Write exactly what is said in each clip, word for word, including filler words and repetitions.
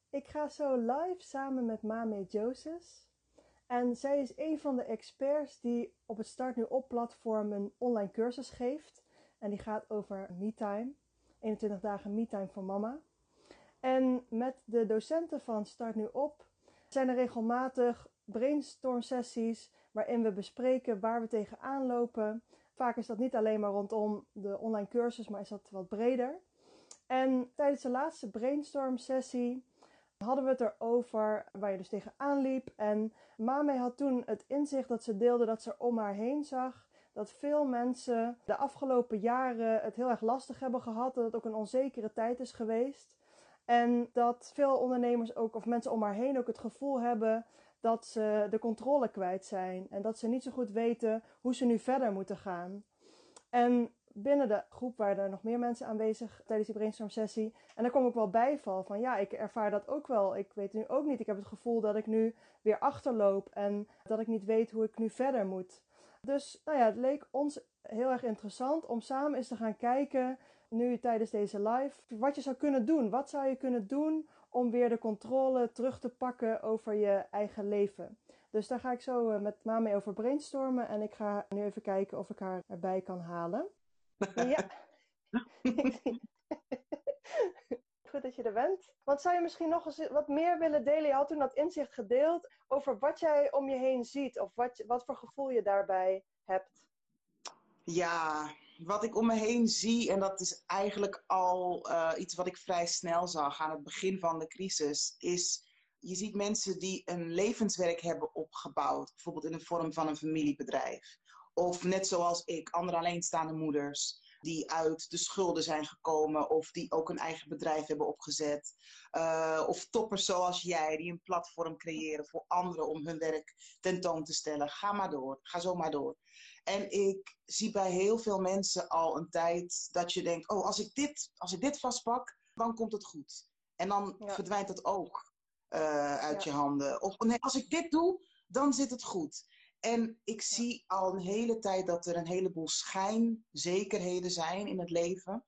Ik ga zo live samen met Mame Joses. En zij is een van de experts die op het Start Nu Op platform een online cursus geeft. En die gaat over MeTime. eenentwintig dagen MeTime voor mama. En met de docenten van Start Nu Op zijn er regelmatig brainstorm sessies waarin we bespreken waar we tegenaan lopen. Vaak is dat niet alleen maar rondom de online cursus, maar is dat wat breder. En tijdens de laatste brainstorm sessie hadden we het erover waar je dus tegenaan liep. En Mame had toen het inzicht dat ze deelde dat ze om haar heen zag dat veel mensen de afgelopen jaren het heel erg lastig hebben gehad. Dat het ook een onzekere tijd is geweest. En dat veel ondernemers ook, of mensen om haar heen ook het gevoel hebben dat ze de controle kwijt zijn. En dat ze niet zo goed weten hoe ze nu verder moeten gaan. En binnen de groep waren er nog meer mensen aanwezig tijdens die brainstorm sessie. En daar kwam ook wel bijval van ja, ik ervaar dat ook wel. Ik weet nu ook niet. Ik heb het gevoel dat ik nu weer achterloop en dat ik niet weet hoe ik nu verder moet. Dus nou ja, het leek ons heel erg interessant om samen eens te gaan kijken, nu tijdens deze live, wat je zou kunnen doen. Wat zou je kunnen doen om weer de controle terug te pakken over je eigen leven? Dus daar ga ik zo met Mame over brainstormen en ik ga nu even kijken of ik haar erbij kan halen. Ja, goed dat je er bent. Want zou je misschien nog eens wat meer willen delen? Je had toen dat inzicht gedeeld over wat jij om je heen ziet of wat, wat voor gevoel je daarbij hebt. Ja, wat ik om me heen zie, en dat is eigenlijk al uh, iets wat ik vrij snel zag aan het begin van de crisis, is je ziet mensen die een levenswerk hebben opgebouwd, bijvoorbeeld in de vorm van een familiebedrijf. Of net zoals ik, andere alleenstaande moeders die uit de schulden zijn gekomen of die ook een eigen bedrijf hebben opgezet. Uh, of toppers zoals jij die een platform creëren voor anderen om hun werk tentoon te stellen. Ga maar door, ga zo maar door. En ik zie bij heel veel mensen al een tijd dat je denkt, oh, als ik dit, als ik dit vastpak, dan komt het goed. En dan ja. verdwijnt het ook uh, uit ja. je handen. Of nee, als ik dit doe, dan zit het goed. En ik zie al een hele tijd dat er een heleboel schijnzekerheden zijn in het leven.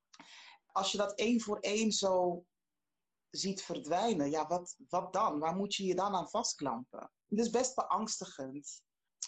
Als je dat één voor één zo ziet verdwijnen, ja, wat, wat dan? Waar moet je je dan aan vastklampen? Het is best beangstigend.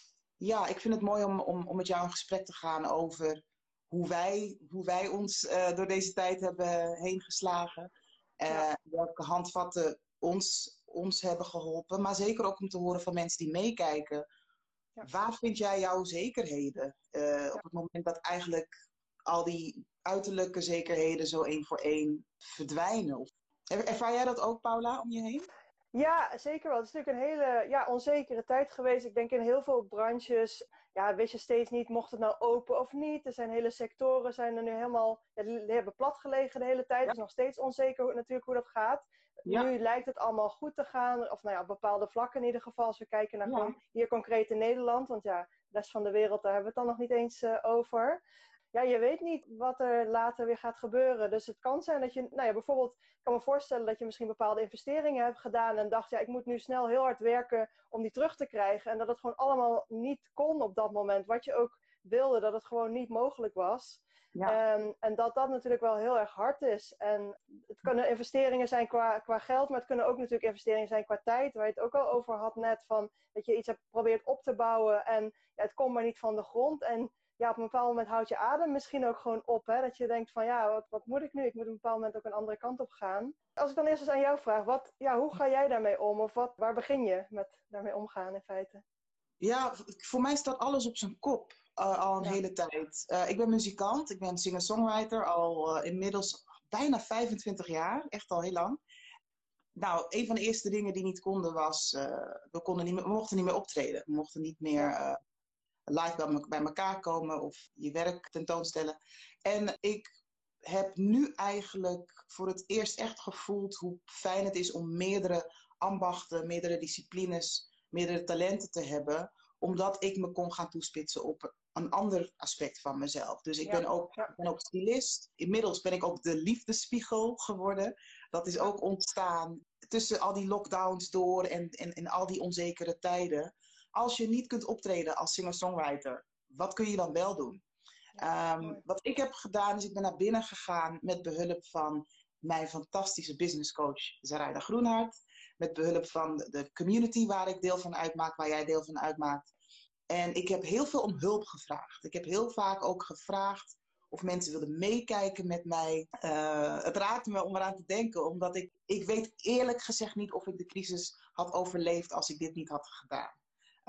Ja, ik vind het mooi om, om, om met jou in gesprek te gaan over hoe wij, hoe wij ons uh, door deze tijd hebben heen geslagen. Uh, ja. Welke handvatten ons, ons hebben geholpen. Maar zeker ook om te horen van mensen die meekijken. Ja. Waar vind jij jouw zekerheden? Uh, ja. Op het moment dat eigenlijk al die uiterlijke zekerheden zo één voor één verdwijnen. Of, ervaar jij dat ook, Paula, om je heen? Ja, zeker wel. Het is natuurlijk een hele ja, onzekere tijd geweest. Ik denk in heel veel branches, ja, wist je steeds niet, mocht het nou open of niet. Er zijn hele sectoren, zijn er nu helemaal, ja, die hebben plat gelegen de hele tijd. Ja. Het is nog steeds onzeker hoe, natuurlijk hoe dat gaat. Ja. Nu lijkt het allemaal goed te gaan, of nou ja, op bepaalde vlakken in ieder geval. Als we kijken naar ja. gewoon hier concreet in Nederland, want ja, de rest van de wereld, daar hebben we het dan nog niet eens uh, over. Ja, je weet niet wat er later weer gaat gebeuren. Dus het kan zijn dat je, nou ja, bijvoorbeeld, ik kan me voorstellen dat je misschien bepaalde investeringen hebt gedaan en dacht, ja, ik moet nu snel heel hard werken om die terug te krijgen. En dat het gewoon allemaal niet kon op dat moment. Wat je ook wilde, dat het gewoon niet mogelijk was. Ja. En, en dat dat natuurlijk wel heel erg hard is. En het kunnen investeringen zijn qua, qua geld, maar het kunnen ook natuurlijk investeringen zijn qua tijd. Waar je het ook al over had net, van dat je iets hebt geprobeerd op te bouwen en ja, het komt maar niet van de grond. En ja, op een bepaald moment houdt je adem misschien ook gewoon op. Hè? Dat je denkt van ja, wat, wat moet ik nu? Ik moet op een bepaald moment ook een andere kant op gaan. Als ik dan eerst eens aan jou vraag, wat, ja, hoe ga jij daarmee om? Of wat, waar begin je met daarmee omgaan in feite? Ja, voor mij staat alles op zijn kop uh, al een ja. hele tijd. Uh, ik ben muzikant, ik ben singer-songwriter al uh, inmiddels bijna vijfentwintig jaar. Echt al heel lang. Nou, een van de eerste dingen die niet konden was, uh, we, konden niet meer, we mochten niet meer optreden. We mochten niet meer uh, live bij, me, bij elkaar komen of je werk tentoonstellen. En ik heb nu eigenlijk voor het eerst echt gevoeld hoe fijn het is om meerdere ambachten, meerdere disciplines, meerdere talenten te hebben. Omdat ik me kon gaan toespitsen op een ander aspect van mezelf. Dus ik, ja, ben, ook, ja. ik ben ook stylist. Inmiddels ben ik ook de liefdesspiegel geworden. Dat is ook ontstaan tussen al die lockdowns door en, en, en al die onzekere tijden. Als je niet kunt optreden als singer-songwriter, wat kun je dan wel doen? Ja, um, wat ik heb gedaan is, ik ben naar binnen gegaan met behulp van mijn fantastische businesscoach Zaraida Groenhart. Met behulp van de community waar ik deel van uitmaak, waar jij deel van uitmaakt. En ik heb heel veel om hulp gevraagd. Ik heb heel vaak ook gevraagd of mensen wilden meekijken met mij. Uh, het raakte me om eraan te denken, omdat ik, ik weet eerlijk gezegd niet of ik de crisis had overleefd als ik dit niet had gedaan.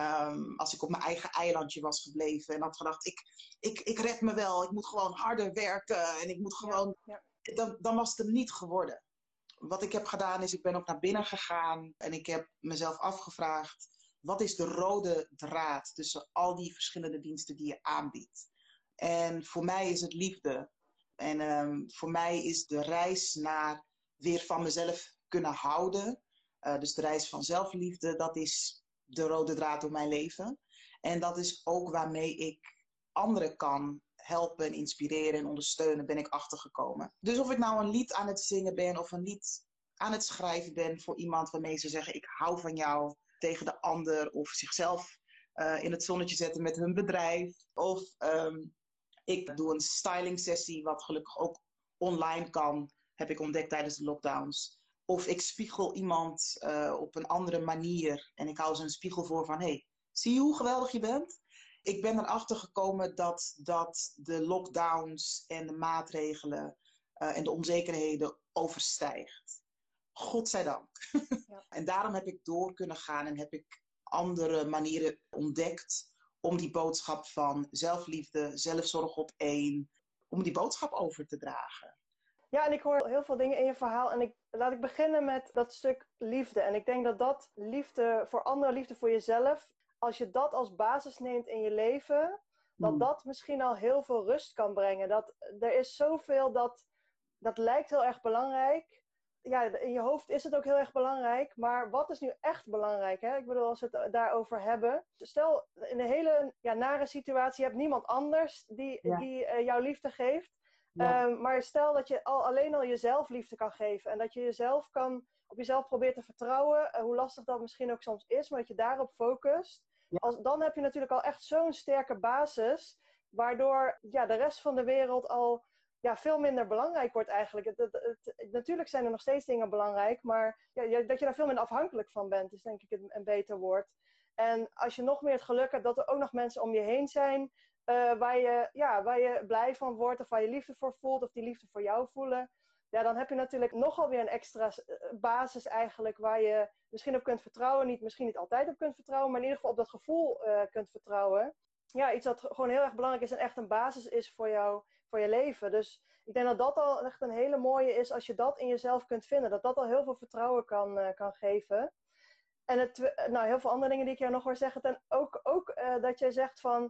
Um, als ik op mijn eigen eilandje was gebleven en had gedacht, ik, ik, ik red me wel, ik moet gewoon harder werken en ik moet gewoon... Ja, ja. Dan, dan was het hem niet geworden. Wat ik heb gedaan is, ik ben ook naar binnen gegaan en ik heb mezelf afgevraagd, wat is de rode draad tussen al die verschillende diensten die je aanbiedt? En voor mij is het liefde. En um, voor mij is de reis naar weer van mezelf kunnen houden. Uh, dus de reis van zelfliefde, dat is de rode draad door mijn leven. En dat is ook waarmee ik anderen kan helpen en inspireren en ondersteunen, ben ik achtergekomen. Dus of ik nou een lied aan het zingen ben of een lied aan het schrijven ben voor iemand waarmee ze zeggen, ik hou van jou, tegen de ander, of zichzelf uh, in het zonnetje zetten met hun bedrijf. Of um, ik doe een styling sessie, wat gelukkig ook online kan, heb ik ontdekt tijdens de lockdowns. Of ik spiegel iemand uh, op een andere manier en ik hou ze een spiegel voor van, hey, zie je hoe geweldig je bent? Ik ben erachter gekomen dat, dat de lockdowns en de maatregelen uh, en de onzekerheden overstijgt. Godzijdank. Ja. En daarom heb ik door kunnen gaan en heb ik andere manieren ontdekt om die boodschap van zelfliefde, zelfzorg op één, om die boodschap over te dragen. Ja, en ik hoor heel veel dingen in je verhaal. En ik, laat ik beginnen met dat stuk liefde. En ik denk dat dat liefde voor anderen, liefde voor jezelf, als je dat als basis neemt in je leven, dat hmm. dat misschien al heel veel rust kan brengen. Dat, er is zoveel dat, dat lijkt heel erg belangrijk. Ja, in je hoofd is het ook heel erg belangrijk. Maar wat is nu echt belangrijk? Hè? Ik bedoel, als we het daarover hebben. Stel, in een hele ja, nare situatie, je hebt niemand anders die, ja. die uh, jouw liefde geeft. Ja. Um, maar stel dat je al, alleen al jezelf liefde kan geven. En dat je jezelf kan, op jezelf probeert te vertrouwen. Uh, hoe lastig dat misschien ook soms is. Maar dat je daarop focust. Ja. Als, dan heb je natuurlijk al echt zo'n sterke basis. Waardoor ja, de rest van de wereld al ja, veel minder belangrijk wordt eigenlijk. Het, het, het, natuurlijk zijn er nog steeds dingen belangrijk. Maar ja, dat je daar veel minder afhankelijk van bent. Is denk ik een, een beter woord. En als je nog meer het geluk hebt dat er ook nog mensen om je heen zijn. Uh, waar, je, ja, waar je blij van wordt of waar je liefde voor voelt of die liefde voor jou voelen. Ja, dan heb je natuurlijk nogal weer een extra basis eigenlijk waar je misschien op kunt vertrouwen. Niet, misschien niet altijd op kunt vertrouwen, maar in ieder geval op dat gevoel uh, kunt vertrouwen. Ja, iets wat gewoon heel erg belangrijk is en echt een basis is voor jou, voor je leven. Dus ik denk dat dat al echt een hele mooie is als je dat in jezelf kunt vinden. Dat dat al heel veel vertrouwen kan, uh, kan geven. En het, nou, heel veel andere dingen die ik jou nog hoor zeggen. En ook, ook uh, dat jij zegt van...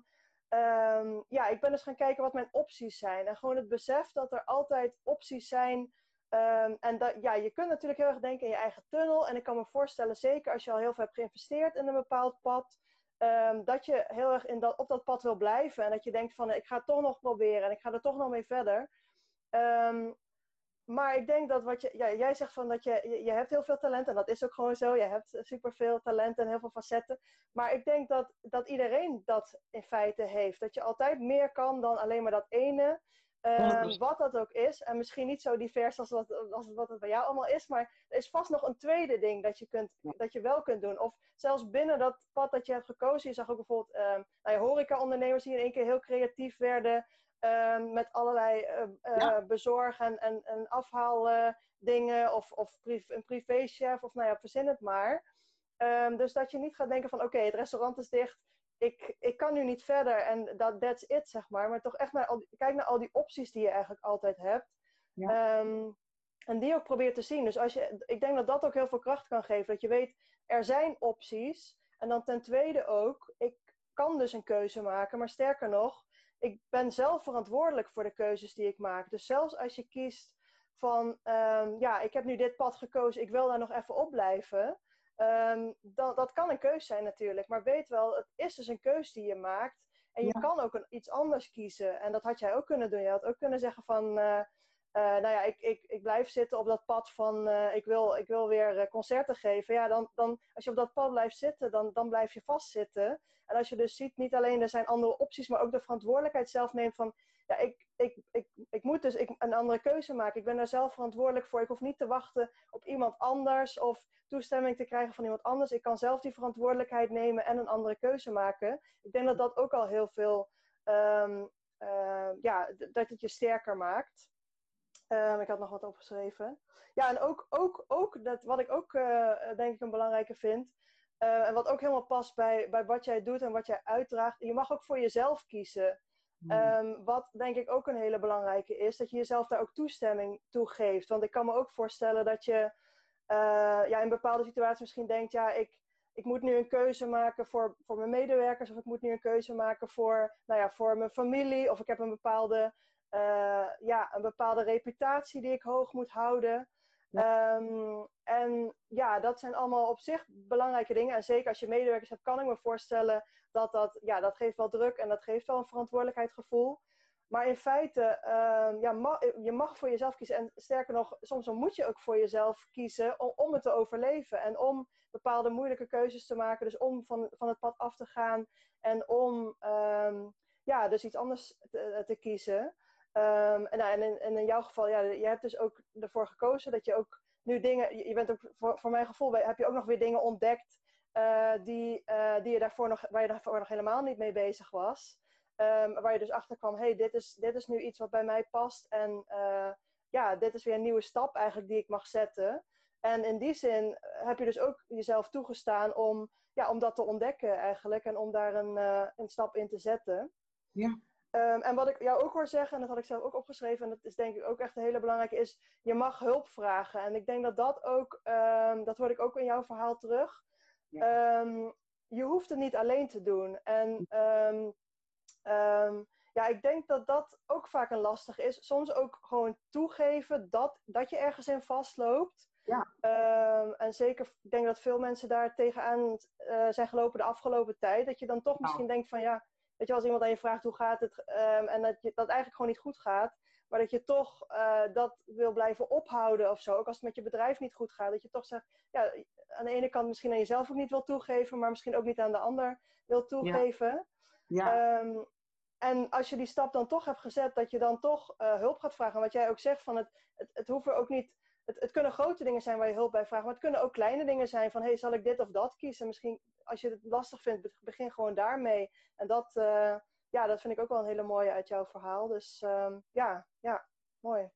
Um, ja, ik ben dus gaan kijken wat mijn opties zijn. En gewoon het besef dat er altijd opties zijn. Um, en dat, ja, je kunt natuurlijk heel erg denken in je eigen tunnel. En ik kan me voorstellen, zeker als je al heel veel hebt geïnvesteerd in een bepaald pad. Um, dat je heel erg in dat, op dat pad wil blijven. En dat je denkt van, ik ga het toch nog proberen. En ik ga er toch nog mee verder. Um, Maar ik denk dat wat je... Ja, jij zegt van dat je, je... Je hebt heel veel talent. En dat is ook gewoon zo. Je hebt superveel talent en heel veel facetten. Maar ik denk dat, dat iedereen dat in feite heeft. Dat je altijd meer kan dan alleen maar dat ene. Um, wat dat ook is. En misschien niet zo divers als wat, als wat het bij jou allemaal is. Maar er is vast nog een tweede ding dat je, kunt, dat je wel kunt doen. Of zelfs binnen dat pad dat je hebt gekozen. Je zag ook bijvoorbeeld um, nou, horeca-ondernemers die in één keer heel creatief werden. Um, met allerlei uh, uh, ja. bezorg- en, en, en afhaaldingen uh, of, of priv- een privéchef of nou ja, verzin het maar. Um, dus dat je niet gaat denken van oké, okay, het restaurant is dicht, ik, ik kan nu niet verder en dat that's it, zeg maar. Maar toch echt naar al die, kijk naar al die opties die je eigenlijk altijd hebt. Ja. Um, en die ook probeer te zien. Dus als je, ik denk dat dat ook heel veel kracht kan geven. Dat je weet, er zijn opties. En dan ten tweede ook, ik kan dus een keuze maken, maar sterker nog, ik ben zelf verantwoordelijk voor de keuzes die ik maak. Dus zelfs als je kiest van... Um, ja, ik heb nu dit pad gekozen. Ik wil daar nog even op blijven. Um, dat, dat kan een keus zijn natuurlijk. Maar weet wel, het is dus een keus die je maakt. En je ja. kan ook een, iets anders kiezen. En dat had jij ook kunnen doen. Je had ook kunnen zeggen van... Uh, uh, nou ja, ik, ik, ik blijf zitten op dat pad van... Uh, ik, wil, ik wil weer uh, concerten geven. Ja, dan, dan, als je op dat pad blijft zitten, dan, dan blijf je vastzitten. En als je dus ziet, niet alleen er zijn andere opties, maar ook de verantwoordelijkheid zelf neemt van... ja, ik, ik, ik, ik moet dus ik, een andere keuze maken. Ik ben daar zelf verantwoordelijk voor. Ik hoef niet te wachten op iemand anders of toestemming te krijgen van iemand anders. Ik kan zelf die verantwoordelijkheid nemen en een andere keuze maken. Ik denk dat dat ook al heel veel, um, uh, ja, d- dat het je sterker maakt. Um, ik had nog wat opgeschreven. Ja, en ook, ook, ook dat, wat ik ook uh, denk ik een belangrijke vind, uh, en wat ook helemaal past bij, bij wat jij doet en wat jij uitdraagt, je mag ook voor jezelf kiezen. Hmm. Um, wat denk ik ook een hele belangrijke is, dat je jezelf daar ook toestemming toe geeft. Want ik kan me ook voorstellen dat je uh, ja, in bepaalde situaties misschien denkt, ja, ik, ik moet nu een keuze maken voor, voor mijn medewerkers, of ik moet nu een keuze maken voor, nou ja, voor mijn familie, of ik heb een bepaalde Uh, ja, een bepaalde reputatie die ik hoog moet houden. Ja. Um, en ja, dat zijn allemaal op zich belangrijke dingen. En zeker als je medewerkers hebt, kan ik me voorstellen dat dat, ja, dat geeft wel druk en dat geeft wel een verantwoordelijkheidsgevoel. Maar in feite, um, ja, ma- je mag voor jezelf kiezen. En sterker nog, soms dan moet je ook voor jezelf kiezen om, om het te overleven. En om bepaalde moeilijke keuzes te maken. Dus om van, van het pad af te gaan. En om um, ja, dus iets anders te, te kiezen. Um, en, nou, en, in, en in jouw geval, ja, je hebt dus ook ervoor gekozen dat je ook nu dingen, je bent ook, voor, voor mijn gevoel, heb je ook nog weer dingen ontdekt uh, die, uh, die je daarvoor nog, waar je daarvoor nog helemaal niet mee bezig was. Um, waar je dus achter kwam, hey, dit is, dit is nu iets wat bij mij past. En uh, ja, dit is weer een nieuwe stap eigenlijk die ik mag zetten. En in die zin heb je dus ook jezelf toegestaan om, ja, om dat te ontdekken eigenlijk. En om daar een, uh, een stap in te zetten. Ja. Um, en wat ik jou ook hoor zeggen, en dat had ik zelf ook opgeschreven, en dat is denk ik ook echt een hele belangrijke, is je mag hulp vragen. En ik denk dat dat ook, um, dat hoorde ik ook in jouw verhaal terug. Ja. Um, je hoeft het niet alleen te doen. En um, um, ja, ik denk dat dat ook vaak een lastig is. Soms ook gewoon toegeven dat, dat je ergens in vastloopt. Ja. Um, en zeker, ik denk dat veel mensen daar tegenaan uh, zijn gelopen de afgelopen tijd. Dat je dan toch misschien Nou, denkt van ja, weet je, als iemand aan je vraagt hoe gaat het, um, en dat je dat eigenlijk gewoon niet goed gaat, maar dat je toch uh, dat wil blijven ophouden of zo. Ook als het met je bedrijf niet goed gaat, dat je toch zegt, ja, aan de ene kant misschien aan jezelf ook niet wil toegeven, maar misschien ook niet aan de ander wil ja. toegeven. Ja. Um, en als je die stap dan toch hebt gezet, dat je dan toch uh, hulp gaat vragen. Wat jij ook zegt, van het, het, het hoeven ook niet. Het, het kunnen grote dingen zijn waar je hulp bij vraagt, maar het kunnen ook kleine dingen zijn van, hey, zal ik dit of dat kiezen? Misschien, als je het lastig vindt, begin gewoon daarmee. En dat, uh, ja, dat vind ik ook wel een hele mooie uit jouw verhaal. Dus um, ja, ja, mooi.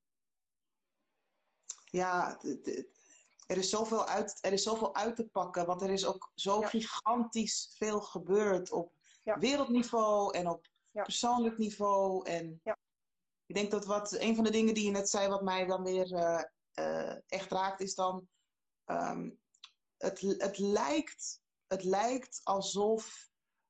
Ja, d- d- er is zoveel uit, er is zoveel uit te pakken, want er is ook zo Ja. gigantisch veel gebeurd op Ja. wereldniveau en op Ja. persoonlijk niveau. En ja. ik denk dat wat een van de dingen die je net zei, wat mij dan weer uh, uh, echt raakt, is dan um, het, het, lijkt, het lijkt alsof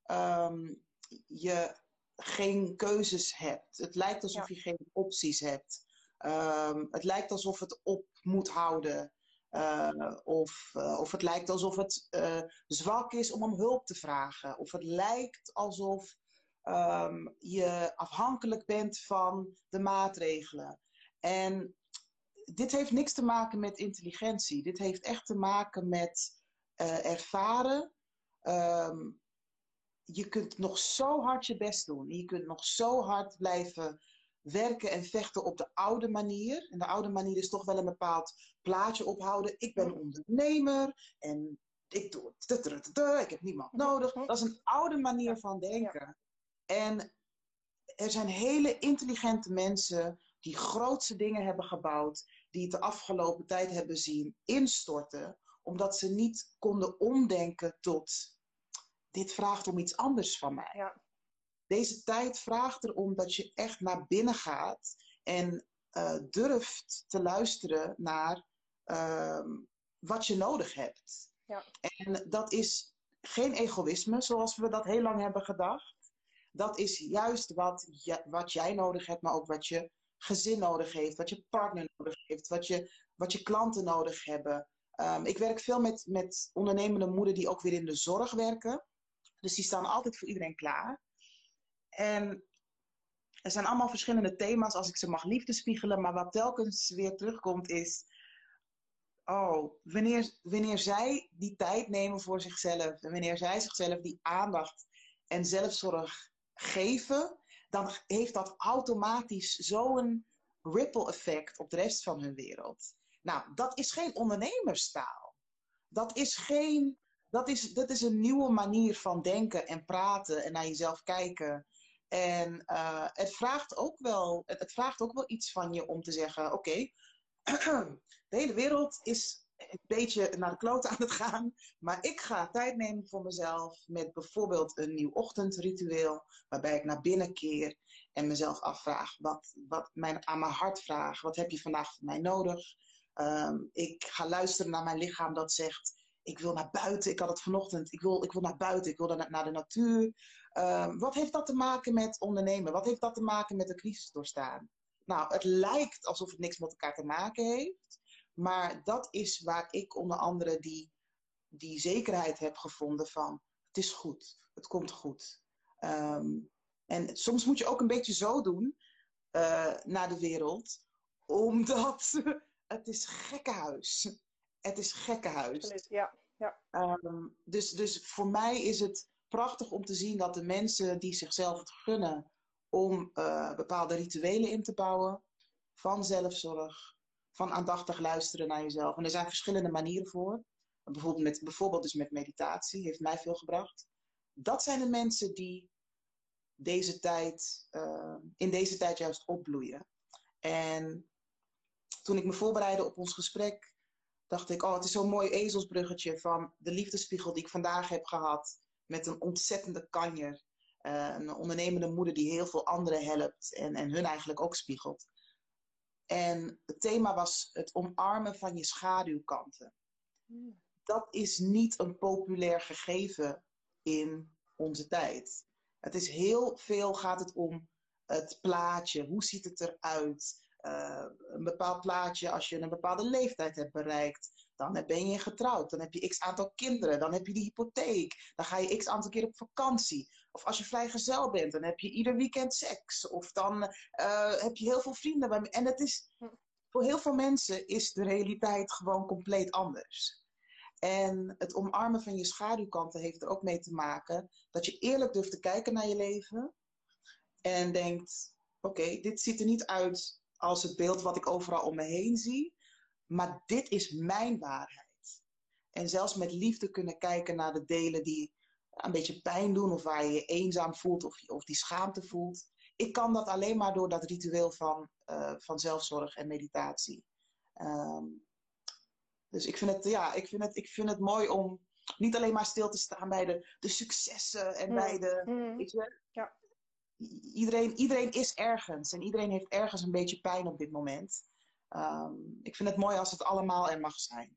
um, je geen keuzes hebt. Het lijkt alsof Ja. je geen opties hebt. Um, het lijkt alsof het op moet houden. Uh, of, uh, of het lijkt alsof het uh, zwak is om om hulp te vragen. Of het lijkt alsof um, je afhankelijk bent van de maatregelen. En dit heeft niks te maken met intelligentie. Dit heeft echt te maken met uh, ervaren. Um, je kunt nog zo hard je best doen. Je kunt nog zo hard blijven werken en vechten op de oude manier. En de oude manier is toch wel een bepaald plaatje ophouden. Ik ben ondernemer en ik doe het. Ik heb niemand nodig. Dat is een oude manier van denken. En er zijn hele intelligente mensen die grootse dingen hebben gebouwd, die het de afgelopen tijd hebben zien instorten, omdat ze niet konden omdenken tot dit vraagt om iets anders van mij. Ja. Deze tijd vraagt erom dat je echt naar binnen gaat en uh, durft te luisteren naar uh, wat je nodig hebt. Ja. En dat is geen egoïsme, zoals we dat heel lang hebben gedacht. Dat is juist wat, je, wat jij nodig hebt, maar ook wat je gezin nodig heeft, wat je partner nodig heeft, wat je, wat je klanten nodig hebben. Um, ik werk veel met, met ondernemende moeders die ook weer in de zorg werken. Dus die staan altijd voor iedereen klaar. En er zijn allemaal verschillende thema's als ik ze mag liefdespiegelen. Maar wat telkens weer terugkomt is, oh, wanneer, wanneer zij die tijd nemen voor zichzelf. En wanneer zij zichzelf die aandacht en zelfzorg geven. dan heeft dat automatisch zo'n ripple effect op de rest van hun wereld. Nou, dat is geen ondernemerstaal. Dat is geen, dat is, dat is een nieuwe manier van denken en praten en naar jezelf kijken. En uh, het vraagt ook wel, het, het vraagt ook wel iets van je om te zeggen, oké, okay, de hele wereld is een beetje naar de kloot aan het gaan, maar ik ga tijd nemen voor mezelf met bijvoorbeeld een nieuw ochtendritueel, waarbij ik naar binnen keer en mezelf afvraag, wat, wat mijn, aan mijn hart vraag, wat heb je vandaag van mij nodig? Um, ik ga luisteren naar mijn lichaam dat zegt, ik wil naar buiten, ik had het vanochtend, ik wil, ik wil naar buiten, ik wil naar, naar de natuur. Um, wat heeft dat te maken met ondernemen? Wat heeft dat te maken met de crisis doorstaan? Nou, het lijkt alsof het niks met elkaar te maken heeft. Maar dat is waar ik onder andere die, die zekerheid heb gevonden van... het is goed, het komt goed. Um, en soms moet je ook een beetje zo doen uh, naar de wereld. Omdat het is gekkenhuis. Het is gekkenhuis. Absoluut, ja. ja. Um, dus, dus voor mij is het prachtig om te zien dat de mensen die zichzelf het gunnen... om uh, bepaalde rituelen in te bouwen, van zelfzorg, van aandachtig luisteren naar jezelf. En er zijn verschillende manieren voor. Bijvoorbeeld, met, bijvoorbeeld dus met meditatie, heeft mij veel gebracht. Dat zijn de mensen die deze tijd, uh, in deze tijd juist opbloeien. En toen ik me voorbereidde op ons gesprek, dacht ik, oh, het is zo'n mooi ezelsbruggetje van de liefdesspiegel die ik vandaag heb gehad, met een ontzettende kanjer. Uh, een ondernemende moeder die heel veel anderen helpt en, en hun eigenlijk ook spiegelt. En het thema was het omarmen van je schaduwkanten. Mm. Dat is niet een populair gegeven in onze tijd. Het is heel veel gaat het om het plaatje. Hoe ziet het eruit? Uh, een bepaald plaatje als je een bepaalde leeftijd hebt bereikt. Dan ben je getrouwd. Dan heb je x aantal kinderen. Dan heb je die hypotheek. Dan ga je x aantal keer op vakantie. Of als je vrijgezel bent, dan heb je ieder weekend seks. Of dan uh, heb je heel veel vrienden bij me. En het is, voor heel veel mensen is de realiteit gewoon compleet anders. En het omarmen van je schaduwkanten heeft er ook mee te maken dat je eerlijk durft te kijken naar je leven. En denkt, oké, okay, dit ziet er niet uit als het beeld wat ik overal om me heen zie. Maar dit is mijn waarheid. En zelfs met liefde kunnen kijken naar de delen die een beetje pijn doen. Of waar je je eenzaam voelt of, of die schaamte voelt. Ik kan dat alleen maar door dat ritueel van, uh, van zelfzorg en meditatie. Um, dus ik vind, het, ja, ik, vind het, ik vind het mooi om niet alleen maar stil te staan bij de, de successen. En mm. bij de... Mm. Weet je, ja. Iedereen, iedereen is ergens. En iedereen heeft ergens een beetje pijn op dit moment. Um, ik vind het mooi als het allemaal er mag zijn.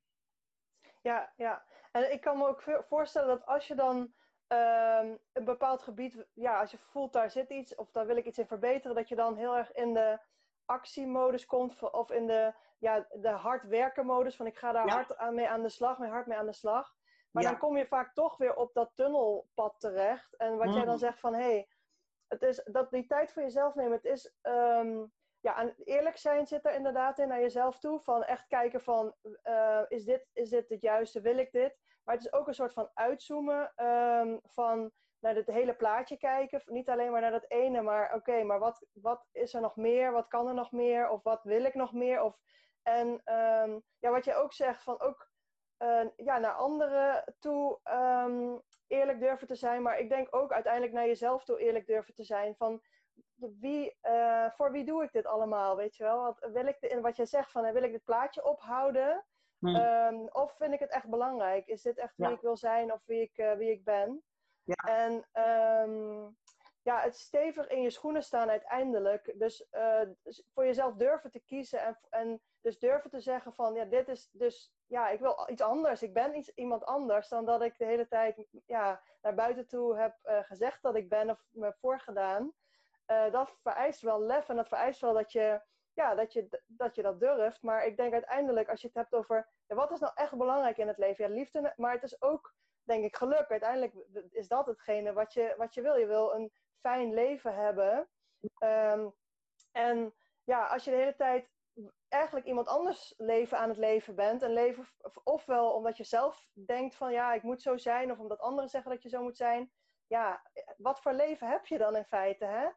Ja, ja. En ik kan me ook voorstellen dat als je dan um, een bepaald gebied... Ja, als je voelt daar zit iets of daar wil ik iets in verbeteren... dat je dan heel erg in de actiemodus komt. Of in de, ja, de hard werken modus. Van ik ga daar ja. hard aan mee aan de slag. Mee hard mee aan de slag. Maar ja. dan kom je vaak toch weer op dat tunnelpad terecht. En wat mm. jij dan zegt van... Hey, het is dat die tijd voor jezelf nemen. Het is... Um, Ja, en eerlijk zijn zit er inderdaad in naar jezelf toe. Van echt kijken van, uh, is, dit, is dit het juiste? Wil ik dit? Maar het is ook een soort van uitzoomen. Um, van naar het hele plaatje kijken. Niet alleen maar naar dat ene. Maar oké, okay, maar wat, wat is er nog meer? Wat kan er nog meer? Of wat wil ik nog meer? Of, en um, ja, wat je ook zegt. Van ook uh, ja, naar anderen toe um, eerlijk durven te zijn. Maar ik denk ook uiteindelijk naar jezelf toe eerlijk durven te zijn. Van... Wie, uh, voor wie doe ik dit allemaal, weet je wel? Wat, wil ik de, wat jij zegt, van, wil ik dit plaatje ophouden? Hmm. Um, of vind ik het echt belangrijk? Is dit echt wie ja. ik wil zijn of wie ik, uh, wie ik ben? Ja. En um, ja, het stevig in je schoenen staan uiteindelijk. Dus, uh, dus voor jezelf durven te kiezen en, en dus durven te zeggen van, ja, dit is dus, ja, ik wil iets anders. Ik ben iets, iemand anders dan dat ik de hele tijd ja, naar buiten toe heb uh, gezegd dat ik ben of me heb voorgedaan. Uh, dat vereist wel lef en dat vereist wel dat je, ja, dat, je, dat je dat durft. Maar ik denk uiteindelijk, als je het hebt over... Ja, wat is nou echt belangrijk in het leven? Ja, liefde, maar het is ook, denk ik, geluk. Uiteindelijk is dat hetgene wat je, wat je wil. Je wil een fijn leven hebben. Um, en ja, als je de hele tijd eigenlijk iemand anders leven aan het leven bent. En leven, ofwel omdat je zelf denkt van, ja, ik moet zo zijn. Of omdat anderen zeggen dat je zo moet zijn. Ja, wat voor leven heb je dan in feite, hè?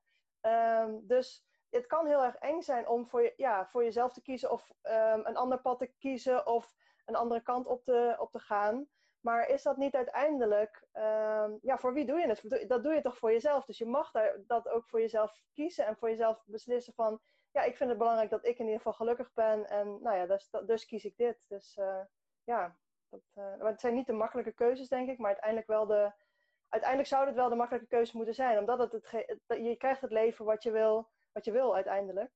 Um, dus het kan heel erg eng zijn om voor, je, ja, voor jezelf te kiezen of um, een ander pad te kiezen of een andere kant op te, op te gaan. Maar is dat niet uiteindelijk, um, ja, voor wie doe je het? Dat doe je toch voor jezelf. Dus je mag daar, dat ook voor jezelf kiezen en voor jezelf beslissen van, ja, ik vind het belangrijk dat ik in ieder geval gelukkig ben. En nou ja, dus, dus kies ik dit. Dus uh, ja, dat, uh, het zijn niet de makkelijke keuzes, denk ik, maar uiteindelijk wel de, uiteindelijk zou het wel de makkelijke keuze moeten zijn. Omdat het, het, het je krijgt het leven wat je wil, wat je wil uiteindelijk.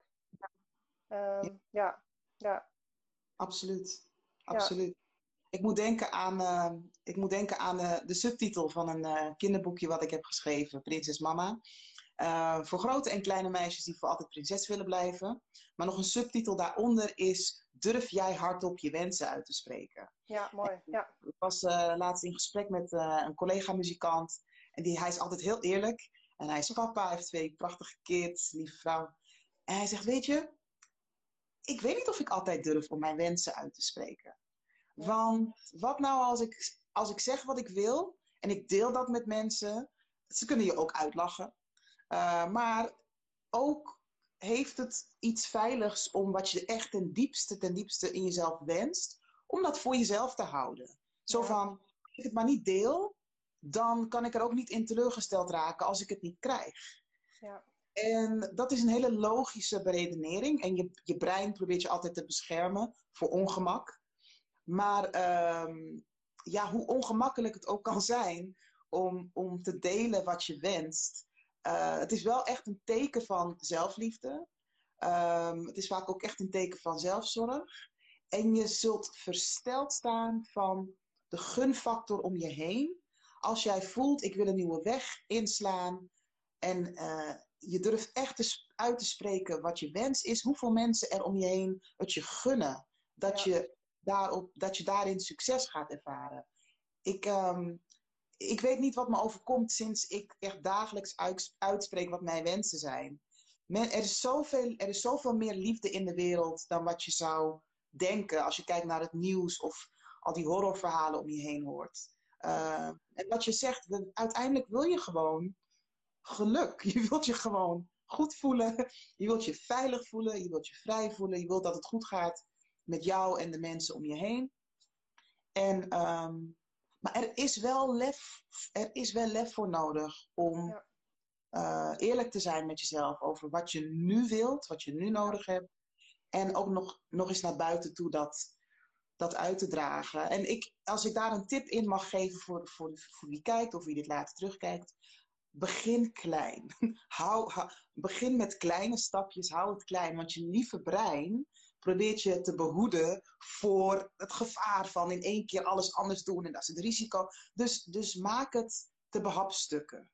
Um, ja, ja. Absoluut, Ja. absoluut. Ik moet denken aan, uh, ik moet denken aan uh, de subtitel van een uh, kinderboekje wat ik heb geschreven, Prinses Mama. Uh, voor grote en kleine meisjes die voor altijd prinses willen blijven. Maar nog een subtitel daaronder is, durf jij hardop je wensen uit te spreken? Ja, mooi. Ja. Ik was uh, laatst in gesprek met uh, een collega-muzikant. En die, hij is altijd heel eerlijk. En hij is papa, hij heeft twee prachtige kids, lieve vrouw. En hij zegt, weet je, ik weet niet of ik altijd durf om mijn wensen uit te spreken. Ja. Want wat nou als ik, als ik zeg wat ik wil en ik deel dat met mensen. Ze kunnen je ook uitlachen. Uh, maar ook heeft het iets veiligs om wat je echt ten diepste, ten diepste in jezelf wenst. Om dat voor jezelf te houden. Zo ja. van, als ik het maar niet deel, dan kan ik er ook niet in teleurgesteld raken als ik het niet krijg. Ja. En dat is een hele logische beredenering. En je, je brein probeert je altijd te beschermen voor ongemak. Maar um, ja, hoe ongemakkelijk het ook kan zijn om, om te delen wat je wenst. Uh, het is wel echt een teken van zelfliefde. Um, het is vaak ook echt een teken van zelfzorg. En je zult versteld staan van de gunfactor om je heen. Als jij voelt, ik wil een nieuwe weg inslaan. En uh, je durft echt te, uit te spreken wat je wens is. Hoeveel mensen er om je heen het je gunnen. Dat, ja. je, daarop, dat je daarin succes gaat ervaren. Ik, um, ik weet niet wat me overkomt sinds ik echt dagelijks uit, uitspreek wat mijn wensen zijn. Men, er, is zoveel, er is zoveel meer liefde in de wereld dan wat je zou denken. Als je kijkt naar het nieuws of al die horrorverhalen om je heen hoort. Uh, en wat je zegt, uiteindelijk wil je gewoon geluk. Je wilt je gewoon goed voelen. Je wilt je veilig voelen. Je wilt je vrij voelen. Je wilt dat het goed gaat met jou en de mensen om je heen. En, um, maar er is wel lef, er is wel lef voor nodig om ja. uh, eerlijk te zijn met jezelf over wat je nu wilt, wat je nu nodig hebt. En ook nog, nog eens naar buiten toe dat, dat uit te dragen. En ik, als ik daar een tip in mag geven voor, voor, voor wie kijkt of wie dit later terugkijkt. Begin klein. Hou, hou, begin met kleine stapjes, hou het klein. Want je lieve brein probeert je te behoeden voor het gevaar van in één keer alles anders doen. En dat is het risico. Dus, dus maak het te behapstukken.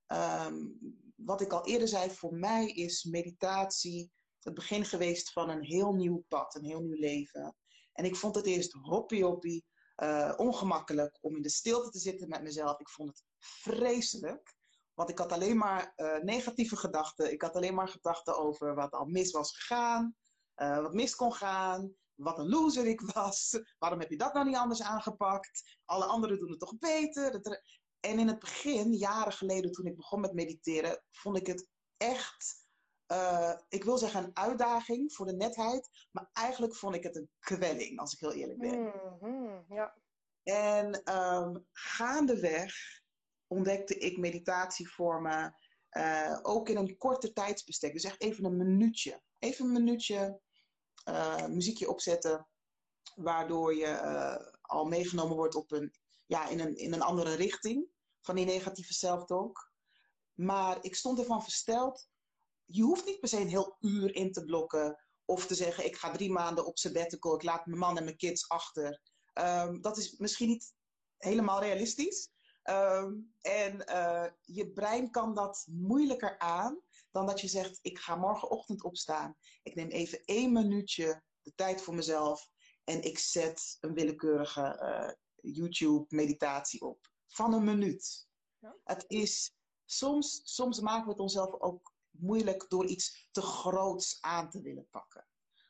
Um, wat ik al eerder zei, voor mij is meditatie het begin geweest van een heel nieuw pad, een heel nieuw leven. En ik vond het eerst hoppie hoppie, uh, ongemakkelijk om in de stilte te zitten met mezelf. Ik vond het vreselijk. Want ik had alleen maar uh, negatieve gedachten. Ik had alleen maar gedachten over wat al mis was gegaan. Uh, wat mis kon gaan. Wat een loser ik was. Waarom heb je dat nou niet anders aangepakt? Alle anderen doen het toch beter? En in het begin, jaren geleden toen ik begon met mediteren, vond ik het echt, uh, ik wil zeggen een uitdaging voor de netheid. Maar eigenlijk vond ik het een kwelling, als ik heel eerlijk ben. Mm-hmm, ja. En um, gaandeweg ontdekte ik meditatievormen uh, ook in een korter tijdsbestek. Dus echt even een minuutje. Even een minuutje uh, muziekje opzetten. Waardoor je uh, al meegenomen wordt op een, ja, in, een, in een andere richting. Van die negatieve self-talk. Maar ik stond ervan versteld. Je hoeft niet per se een heel uur in te blokken. Of te zeggen, ik ga drie maanden op sabbatical. Ik laat mijn man en mijn kids achter. Um, dat is misschien niet helemaal realistisch. Um, en uh, je brein kan dat moeilijker aan dan dat je zegt, ik ga morgenochtend opstaan. Ik neem even één minuutje de tijd voor mezelf en ik zet een willekeurige uh, YouTube-meditatie op. Van een minuut. Ja. Het is, soms, soms maken we het onszelf ook moeilijk door iets te groots aan te willen pakken.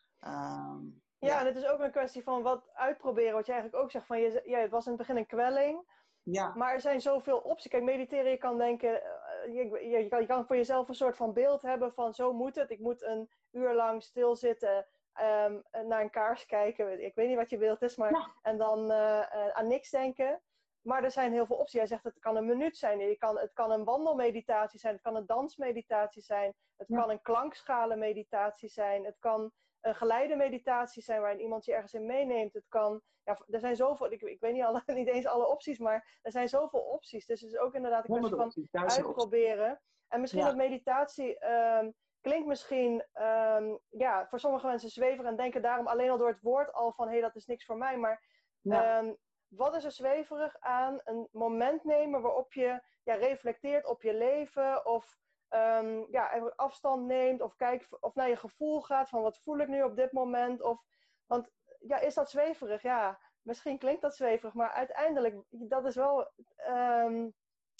Um, ja, ja, en het is ook een kwestie van wat uitproberen. Wat je eigenlijk ook zegt, van je, ja, het was in het begin een kwelling. Ja. Maar er zijn zoveel opties. Kijk, mediteren, je kan denken, je, je, kan, je kan voor jezelf een soort van beeld hebben van zo moet het. Ik moet een uur lang stilzitten, um, naar een kaars kijken. Ik weet niet wat je beeld is, maar Ja. en dan uh, uh, aan niks denken. Maar er zijn heel veel opties. Jij zegt het kan een minuut zijn. Je kan, het kan een wandelmeditatie zijn. Het kan een dansmeditatie zijn. Het Ja. kan een klankschalenmeditatie zijn. Het kan een geleide meditatie zijn waarin iemand je ergens in meeneemt. Het kan, ja, er zijn zoveel, ik, ik weet niet, alle, niet eens alle opties, maar er zijn zoveel opties. Dus het is ook inderdaad een kwestie van opties, uitproberen. Opties. En misschien ja. dat meditatie um, klinkt misschien, um, ja, voor sommige mensen zweverig en denken daarom alleen al door het woord al van, hé, hey, dat is niks voor mij. Maar ja. um, wat is er zweverig aan een moment nemen waarop je ja, reflecteert op je leven of um, ja, afstand neemt of kijkt of naar je gevoel gaat van wat voel ik nu op dit moment? Of, want ja, is dat zweverig? Ja, misschien klinkt dat zweverig, maar uiteindelijk, dat is wel... Um,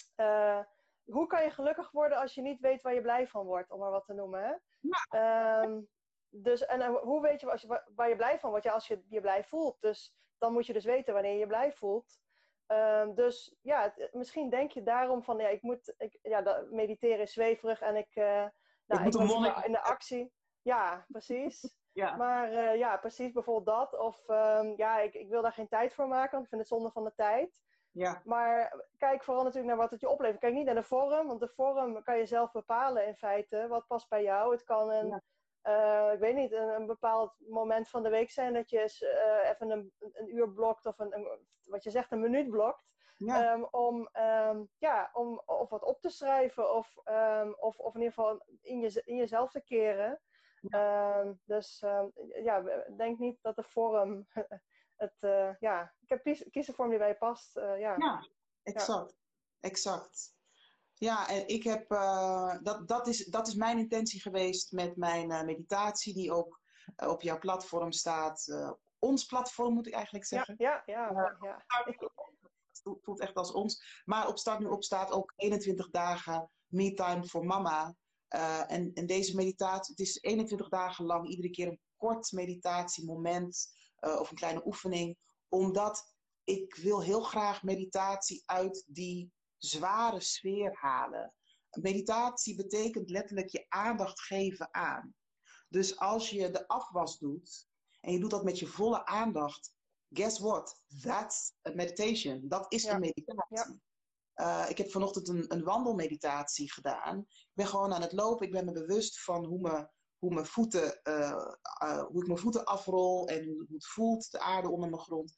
uh, hoe kan je gelukkig worden als je niet weet waar je blij van wordt, om maar wat te noemen, hè? Ja. Um, dus, en uh, hoe weet je, als je waar je blij van wordt? Ja, als je je blij voelt. Dus dan moet je dus weten wanneer je je blij voelt. Um, dus ja, het, misschien denk je daarom van, ja, ik moet, ik, ja, dat, mediteren is zweverig en ik, uh, nou, ik, ik moet monnik... in de actie. Ja, precies. Ja. Maar uh, ja, precies, bijvoorbeeld dat. Of um, ja, ik, ik wil daar geen tijd voor maken, want ik vind het zonde van de tijd. Ja. Maar kijk vooral natuurlijk naar wat het je oplevert. Kijk niet naar de vorm, want de vorm kan je zelf bepalen in feite. Wat past bij jou? Het kan een, ja. uh, ik weet niet, een, een bepaald moment van de week zijn dat je uh, even een, een uur blokt of een, een, wat je zegt, een minuut blokt. Ja. Um, om, um, ja, om of wat op te schrijven of, um, of, of in ieder geval in, je, in jezelf te keren. Ja. Um, dus um, ja, denk niet dat de vorm... Het, uh, ja, ik heb kies, kies een vorm die bij je past. Uh, ja. ja, exact. Ja. Exact. Ja, en ik heb, uh, dat, dat, is, dat is mijn intentie geweest met mijn uh, meditatie, die ook uh, op jouw platform staat. Uh, ons platform moet ik eigenlijk zeggen. Ja, ja, ja. Uh, ja. Het voelt echt als ons. Maar op Start Nu Op staat ook eenentwintig dagen Me-time voor mama. Uh, en, en deze meditatie, het is eenentwintig dagen lang, iedere keer een kort meditatiemoment. Uh, of een kleine oefening, omdat ik wil heel graag meditatie uit die zware sfeer halen. Meditatie betekent letterlijk je aandacht geven aan. Dus als je de afwas doet en je doet dat met je volle aandacht, guess what? That's a meditation. Dat is ja. een meditatie. Ja. Uh, ik heb vanochtend een, een wandelmeditatie gedaan. Ik ben gewoon aan het lopen, ik ben me bewust van hoe me Hoe, mijn voeten, uh, uh, hoe ik mijn voeten afrol en hoe het voelt, de aarde onder mijn grond.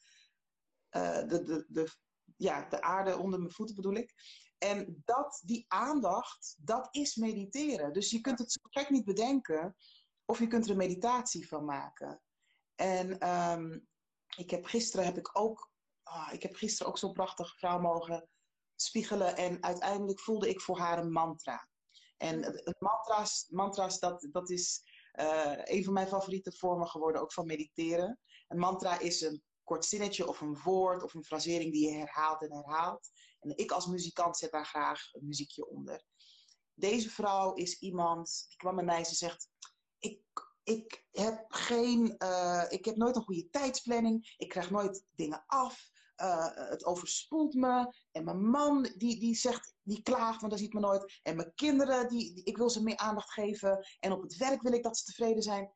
Uh, de, de, de, ja, de aarde onder mijn voeten bedoel ik. En dat, die aandacht, dat is mediteren. Dus je kunt het zo gek niet bedenken of je kunt er een meditatie van maken. En um, ik heb gisteren heb ik ook, oh, ik heb gisteren ook zo'n prachtige vrouw mogen spiegelen en uiteindelijk voelde ik voor haar een mantra. En mantra's, mantra's dat, dat is uh, een van mijn favoriete vormen geworden, ook van mediteren. Een mantra is een kort zinnetje of een woord of een frasering die je herhaalt en herhaalt. En ik als muzikant zet daar graag een muziekje onder. Deze vrouw is iemand, die kwam bij mij en ze zegt... Ik, ik, heb geen, uh, ik heb nooit een goede tijdsplanning, ik krijg nooit dingen af... Uh, het overspoelt me. En mijn man, die, die zegt, die klaagt, want dat ziet me nooit. En mijn kinderen, die, die, ik wil ze meer aandacht geven. En op het werk wil ik dat ze tevreden zijn.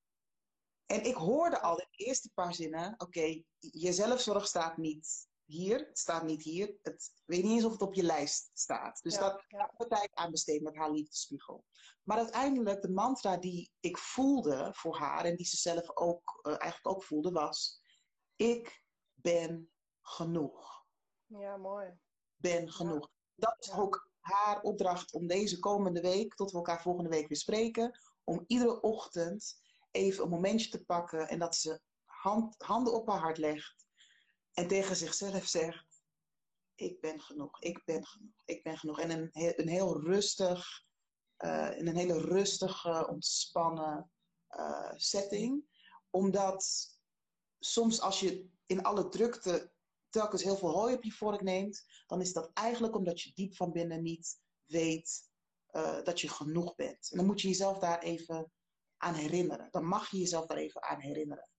En ik hoorde al in de eerste paar zinnen, oké, okay, je zelfzorg staat niet hier. Het staat niet hier. Het, ik weet niet eens of het op je lijst staat. Dus ja, dat ja. heb ik tijd aan besteed met haar liefdespiegel. Maar uiteindelijk, de mantra die ik voelde voor haar, en die ze zelf ook, uh, eigenlijk ook voelde, was... Ik ben genoeg. Ja, mooi. Ben genoeg. Ja. Dat is ja. ook haar opdracht om deze komende week, tot we elkaar volgende week weer spreken, om iedere ochtend even een momentje te pakken en dat ze hand, handen op haar hart legt en tegen zichzelf zegt, ik ben genoeg, ik ben genoeg, ik ben genoeg. En een, een heel rustig, uh, in een hele rustige, ontspannen uh, setting. Omdat soms als je in alle drukte telkens heel veel hooi op je vork neemt, dan is dat eigenlijk omdat je diep van binnen niet weet uh, dat je genoeg bent. En dan moet je jezelf daar even aan herinneren. Dan mag je jezelf daar even aan herinneren.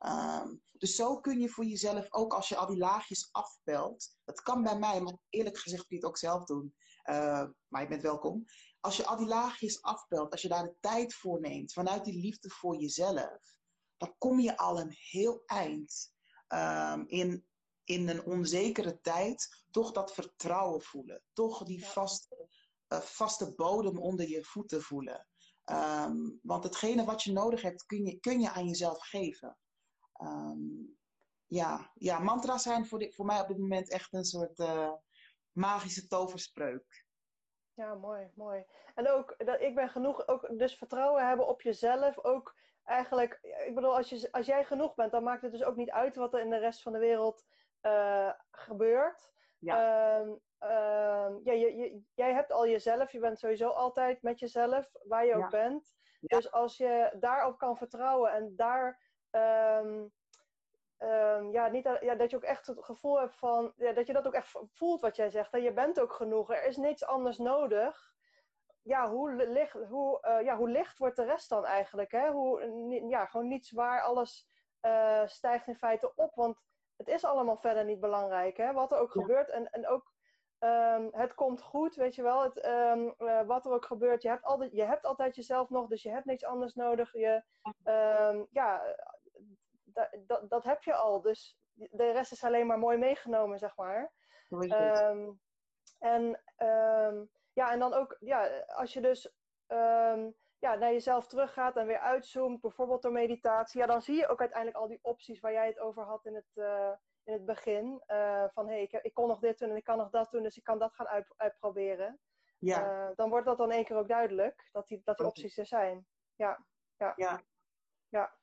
Um, dus zo kun je voor jezelf, ook als je al die laagjes afpelt, dat kan bij mij, maar eerlijk gezegd kun je het ook zelf doen. Uh, maar je bent welkom. Als je al die laagjes afpelt, als je daar de tijd voor neemt, vanuit die liefde voor jezelf, dan kom je al een heel eind um, in, in een onzekere tijd, toch dat vertrouwen voelen. Toch die vaste, uh, vaste bodem onder je voeten voelen. Um, want hetgene wat je nodig hebt, kun je, kun je aan jezelf geven. Um, ja, ja, mantra's zijn voor, dit, voor mij op dit moment echt een soort uh, magische toverspreuk. Ja, mooi, mooi. En ook, dat, ik ben genoeg, ook dus vertrouwen hebben op jezelf. Ook eigenlijk, ik bedoel, als, je, als jij genoeg bent, dan maakt het dus ook niet uit wat er in de rest van de wereld uh, gebeurt. Ja. Um, um, ja, je, je, jij hebt al jezelf, je bent sowieso altijd met jezelf, waar je ook Ja. bent. Ja. Dus als je daarop kan vertrouwen en daar... Um, Um, ja, niet, ja, dat je ook echt het gevoel hebt van... Ja, dat je dat ook echt voelt wat jij zegt. Hè? Je bent ook genoeg. Er is niks anders nodig. Ja, hoe licht, hoe, uh, ja, hoe licht wordt de rest dan eigenlijk? Hè? Hoe, ja, gewoon niet zwaar. Alles uh, stijgt in feite op. Want het is allemaal verder niet belangrijk. Hè? Wat er ook Ja. gebeurt. En, en ook... Um, het komt goed, weet je wel. Het, um, uh, wat er ook gebeurt. Je hebt, altijd, je hebt altijd jezelf nog. Dus je hebt niks anders nodig. Je... Um, ja... Dat, dat, dat heb je al. Dus de rest is alleen maar mooi meegenomen, zeg maar. Hoe is het? Um, en, um, ja, en dan ook, ja, als je dus um, ja, naar jezelf teruggaat en weer uitzoomt, bijvoorbeeld door meditatie, ja, dan zie je ook uiteindelijk al die opties waar jij het over had in het, uh, in het begin. Uh, van, hé, hey, ik, ik kon nog dit doen en ik kan nog dat doen, dus ik kan dat gaan uit, uitproberen. Ja. Uh, dan wordt dat dan één keer ook duidelijk, dat die, dat die opties er zijn. Ja, ja. Ja. Ja.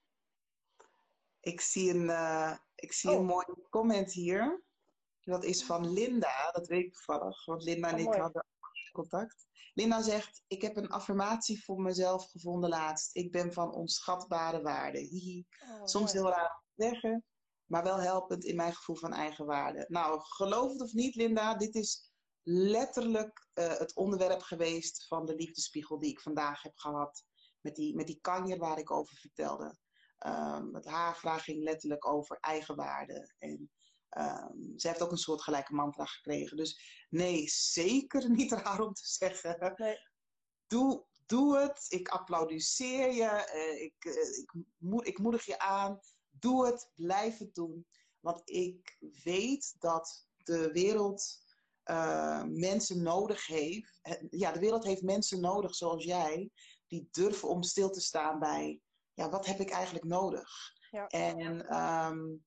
Ik zie een, uh, ik zie oh. een mooi comment hier. Dat is van Linda, dat weet ik toevallig, want Linda en oh, ik mooi. hadden contact. Linda zegt, ik heb een affirmatie voor mezelf gevonden laatst. Ik ben van onschatbare waarde. Hihi. Oh, Soms mooi. heel raar om te zeggen, maar wel helpend in mijn gevoel van eigenwaarde. Nou, geloof het of niet, Linda, dit is letterlijk uh, het onderwerp geweest van de liefdespiegel die ik vandaag heb gehad. Met die, met die kanjer waar ik over vertelde. Um, het haar vraag ging letterlijk over eigenwaarde. En um, ze heeft ook een soort gelijke mantra gekregen. Dus nee, zeker niet raar om te zeggen. Nee. Doe, doe het. Ik applaudisseer je. Uh, ik, uh, ik, mo- ik moedig je aan. Doe het. Blijf het doen. Want ik weet dat de wereld uh, mensen nodig heeft. Ja, de wereld heeft mensen nodig zoals jij. Die durven om stil te staan bij... Ja, wat heb ik eigenlijk nodig? Ja. En um,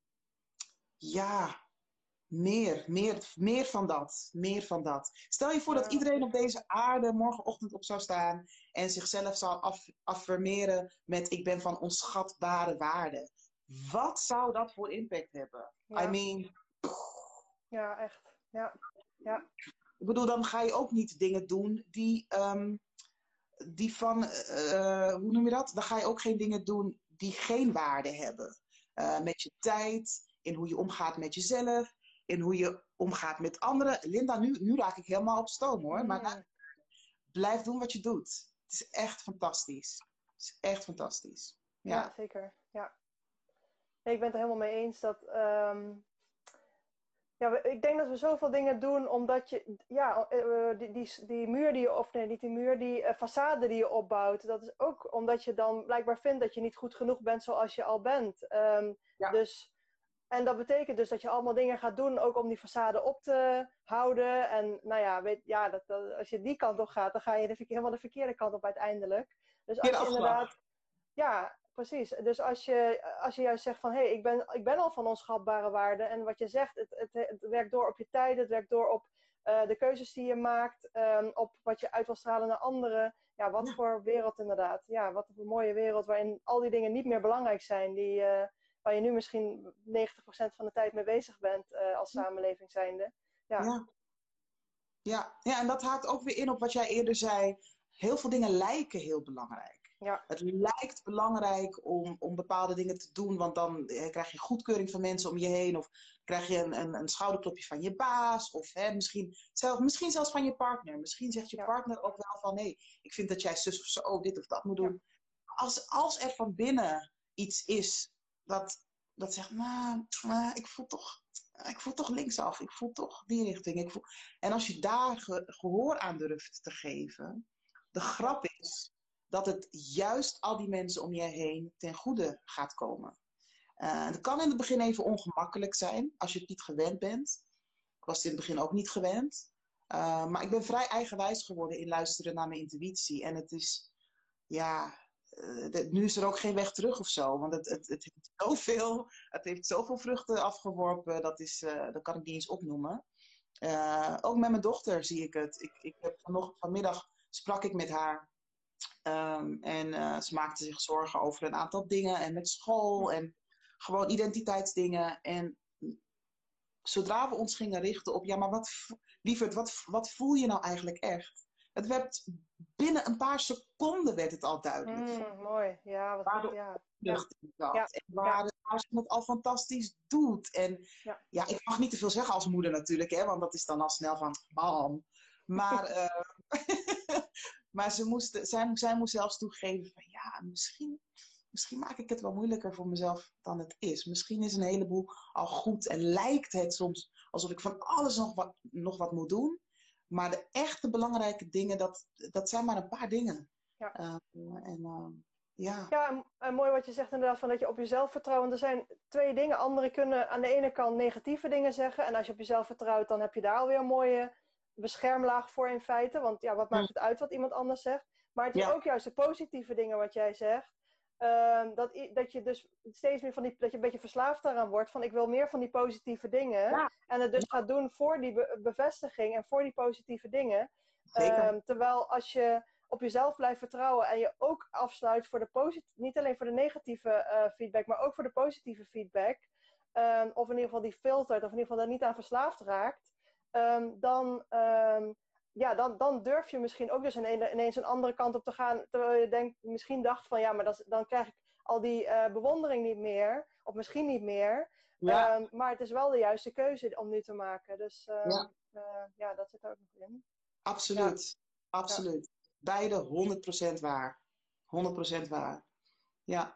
ja, meer, meer, meer van dat. Meer van dat. Stel je voor ja. dat iedereen op deze aarde morgenochtend op zou staan en zichzelf zou af, affirmeren met ik ben van onschatbare waarde. Wat zou dat voor impact hebben? Ja. I mean... Ja, echt. Ja. Ja. Ik bedoel, dan ga je ook niet dingen doen die... Um, die van, uh, hoe noem je dat? Dan ga je ook geen dingen doen die geen waarde hebben. Uh, met je tijd, in hoe je omgaat met jezelf, in hoe je omgaat met anderen. Linda, nu, nu raak ik helemaal op stoom hoor. Mm. Maar nou, blijf doen wat je doet. Het is echt fantastisch. Het is echt fantastisch. Ja, ja zeker. Ja. Ik ben het er helemaal mee eens dat... Um... Ja, ik denk dat we zoveel dingen doen omdat je, ja, die, die, die muur die je, of nee, niet die muur, die uh, façade die je opbouwt, dat is ook omdat je dan blijkbaar vindt dat je niet goed genoeg bent zoals je al bent. Um, ja. Dus, en dat betekent dus dat je allemaal dingen gaat doen ook om die façade op te houden. En nou ja, weet, ja dat, dat, als je die kant op gaat, dan ga je de, helemaal de verkeerde kant op uiteindelijk. Dus als je inderdaad, ja... Precies, dus als je, als je juist zegt van hé, hey, ik, ben, ik ben al van onschatbare waarde en wat je zegt, het, het, het werkt door op je tijd, het werkt door op uh, de keuzes die je maakt, um, op wat je uit wil stralen naar anderen. Ja, wat ja. voor wereld inderdaad. Ja, wat een mooie wereld waarin al die dingen niet meer belangrijk zijn, die, uh, waar je nu misschien negentig procent van de tijd mee bezig bent uh, als samenleving zijnde. Ja. Ja. Ja. Ja, en dat haakt ook weer in op wat jij eerder zei. Heel veel dingen lijken heel belangrijk. Ja. Het lijkt belangrijk om, om bepaalde dingen te doen, want dan eh, krijg je goedkeuring van mensen om je heen, of krijg je een, een, een schouderklopje van je baas, of hè, misschien, zelf, misschien zelfs van je partner. Misschien zegt je ja. partner ook wel van, hé, hey, ik vind dat jij zus of zo dit of dat moet doen. Ja. Als, als er van binnen iets is wat, dat zegt, nou, nou, ik voel toch, ik voel toch linksaf. Ik voel toch die richting. Ik voel... En als je daar ge- gehoor aan durft te geven, de Ja, grap is dat het juist al die mensen om je heen ten goede gaat komen. Uh, het kan in het begin even ongemakkelijk zijn als je het niet gewend bent. Ik was het in het begin ook niet gewend. Uh, maar ik ben vrij eigenwijs geworden in luisteren naar mijn intuïtie. En het is, ja, uh, de, nu is er ook geen weg terug of zo. Want het, het, het heeft zoveel, het heeft zoveel vruchten afgeworpen. Dat, is, uh, dat kan ik niet eens opnoemen. Uh, ook met mijn dochter zie ik het. Ik, ik heb vanochtend, vanmiddag sprak ik met haar. Um, en uh, ze maakte zich zorgen over een aantal dingen. En met school en gewoon identiteitsdingen. En zodra we ons gingen richten op, ja, maar wat, lieverd, wat, wat voel je nou eigenlijk echt? Het werd, binnen een paar seconden werd het al duidelijk. mm, mooi. Ja, wat Waar goed. de Ja, ja, opluchting zat. ja, En waar, ja, waar ze het al fantastisch doet. En ja. ja, ik mag niet te veel zeggen als moeder natuurlijk, hè, want dat is dan al snel van, mam. Maar, uh, maar ze moest, zij, zij moest zelfs toegeven van, ja, misschien... Misschien maak ik het wel moeilijker voor mezelf dan het is. Misschien is een heleboel al goed en lijkt het soms alsof ik van alles nog wat, nog wat moet doen. Maar de echte belangrijke dingen, dat, dat zijn maar een paar dingen. Ja. Uh, en, uh, ja. Ja, en, en mooi wat je zegt inderdaad, van dat je op jezelf vertrouwt. Want er zijn twee dingen. Anderen kunnen aan de ene kant negatieve dingen zeggen. En als je op jezelf vertrouwt, dan heb je daar alweer een mooie beschermlaag voor in feite. Want ja, wat maakt het uit wat iemand anders zegt? Maar het is Ja. ook juist de positieve dingen wat jij zegt. Uh, dat, dat je dus steeds meer van die, dat je een beetje verslaafd daaraan wordt. Van ik wil meer van die positieve dingen. Ja. En het dus gaat doen voor die be- bevestiging en voor die positieve dingen. Zeker. Uh, terwijl als je op jezelf blijft vertrouwen en je ook afsluit voor de positieve, niet alleen voor de negatieve uh, feedback, maar ook voor de positieve feedback. Um, of in ieder geval die filtert, of in ieder geval daar niet aan verslaafd raakt. Um, dan, um, ja, dan, dan durf je misschien ook dus ineens een andere kant op te gaan. Terwijl je denkt, misschien dacht van ja, maar dat, dan krijg ik al die uh, bewondering niet meer. Of misschien niet meer. Ja. Um, maar het is wel de juiste keuze om nu te maken. Dus um, Ja. Uh, ja, dat zit er ook nog in. Absoluut. Ja. Absoluut. Ja. Beide honderd procent waar. honderd procent waar. Ja.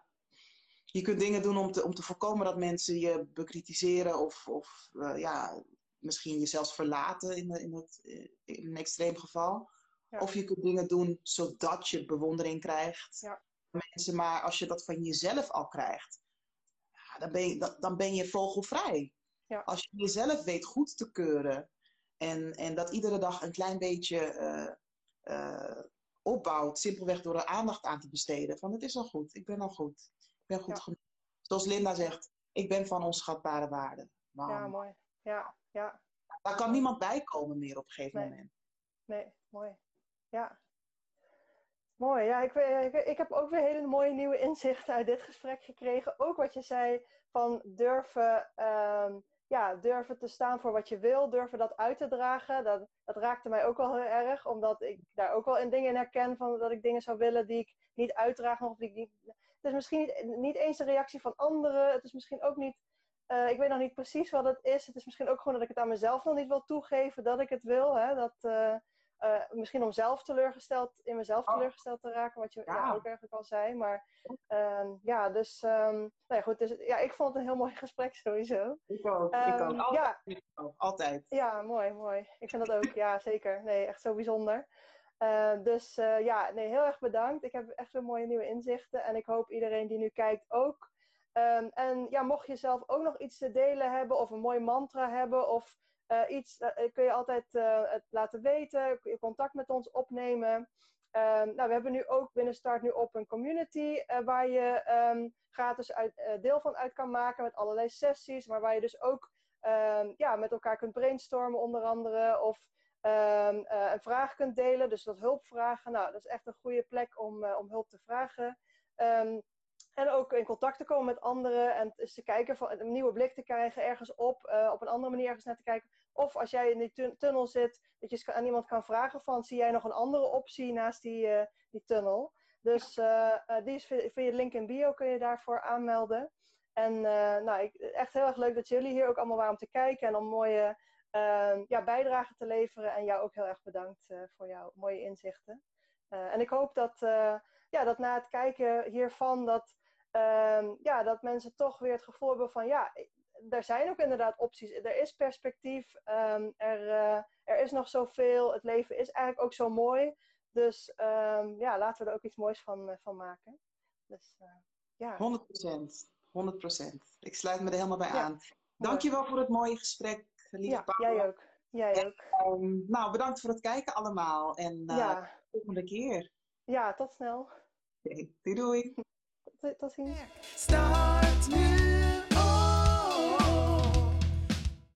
Je kunt dingen doen om te, om te voorkomen dat mensen je bekritiseren of, of uh, ja, misschien je zelfs verlaten in, de, in, het, in een extreem geval. Ja. Of je kunt dingen doen zodat je bewondering krijgt. Ja. Mensen, maar als je dat van jezelf al krijgt, ja, dan, ben je, dan ben je vogelvrij. Ja. Als je jezelf weet goed te keuren en, en dat iedere dag een klein beetje uh, uh, opbouwt, simpelweg door er aandacht aan te besteden. Van het is al goed, ik ben al goed. Ik ben goed ja. genoeg. Zoals Linda zegt, ik ben van onschatbare waarde. Man. Ja, mooi. Ja, ja. Daar kan niemand bij komen meer op een gegeven nee. moment. Nee, mooi. Ja. Mooi. Ja, ik, ik, ik heb ook weer hele mooie nieuwe inzichten uit dit gesprek gekregen. Ook wat je zei van durven, um, ja, durven te staan voor wat je wil. Durven dat uit te dragen. Dat, dat raakte mij ook wel heel erg. Omdat ik daar ook wel in dingen in herken. Van dat ik dingen zou willen die ik niet uitdraag. Of die ik niet... Het is misschien niet, niet eens de reactie van anderen. Het is misschien ook niet... Uh, ik weet nog niet precies wat het is. Het is misschien ook gewoon dat ik het aan mezelf nog niet wil toegeven. Dat ik het wil. Hè? Dat... Uh, Uh, misschien om zelf teleurgesteld, in mezelf teleurgesteld te raken, wat je ja. Ja, ook eigenlijk al zei. Maar uh, ja, dus um, nou ja, goed. Dus, ja, ik vond het een heel mooi gesprek sowieso. Ik ook, um, ik ook. Altijd. Ja. Altijd. Ja, mooi, mooi. Ik vind dat ook. Ja, zeker. Nee, echt zo bijzonder. Uh, dus uh, ja, nee, heel erg bedankt. Ik heb echt weer mooie nieuwe inzichten. En ik hoop iedereen die nu kijkt ook. Um, en ja, mocht je zelf ook nog iets te delen hebben of een mooi mantra hebben of uh, iets, uh, kun je altijd uh, het laten weten, kun je contact met ons opnemen. Um, nou, we hebben nu ook binnen Start Nu Op een community uh, waar je um, gratis uit, uh, deel van uit kan maken met allerlei sessies, maar waar je dus ook um, ja, met elkaar kunt brainstormen onder andere of um, uh, een vraag kunt delen, dus wat hulpvragen. Nou, dat is echt een goede plek om, uh, om hulp te vragen. Um, En ook in contact te komen met anderen en eens te kijken, van, een nieuwe blik te krijgen ergens op, uh, op een andere manier ergens naar te kijken. Of als jij in die tun- tunnel zit, dat je aan iemand kan vragen van, zie jij nog een andere optie naast die, uh, die tunnel? Dus uh, uh, die is via je link in bio, kun je daarvoor aanmelden. En uh, nou, ik, echt heel erg leuk dat jullie hier ook allemaal waren om te kijken en om mooie uh, ja, bijdragen te leveren. En jou ook heel erg bedankt uh, voor jouw mooie inzichten. Uh, en ik hoop dat, uh, ja, dat na het kijken hiervan, dat um, ja, dat mensen toch weer het gevoel hebben van ja, er zijn ook inderdaad opties. Er is perspectief. Um, er, uh, er is nog zoveel. Het leven is eigenlijk ook zo mooi. Dus um, ja, laten we er ook iets moois van, uh, van maken. Dus, uh, ja. honderd procent. honderd procent. Ik sluit me er helemaal bij Ja, aan. Dankjewel mooi. Voor het mooie gesprek, lieve ja, Paula. jij ook. Jij ook. En, um, nou, bedankt voor het kijken allemaal. En uh, ja. tot de volgende keer. Ja, tot snel. Okay. Doei doei. Tot, tot ziens. Stop.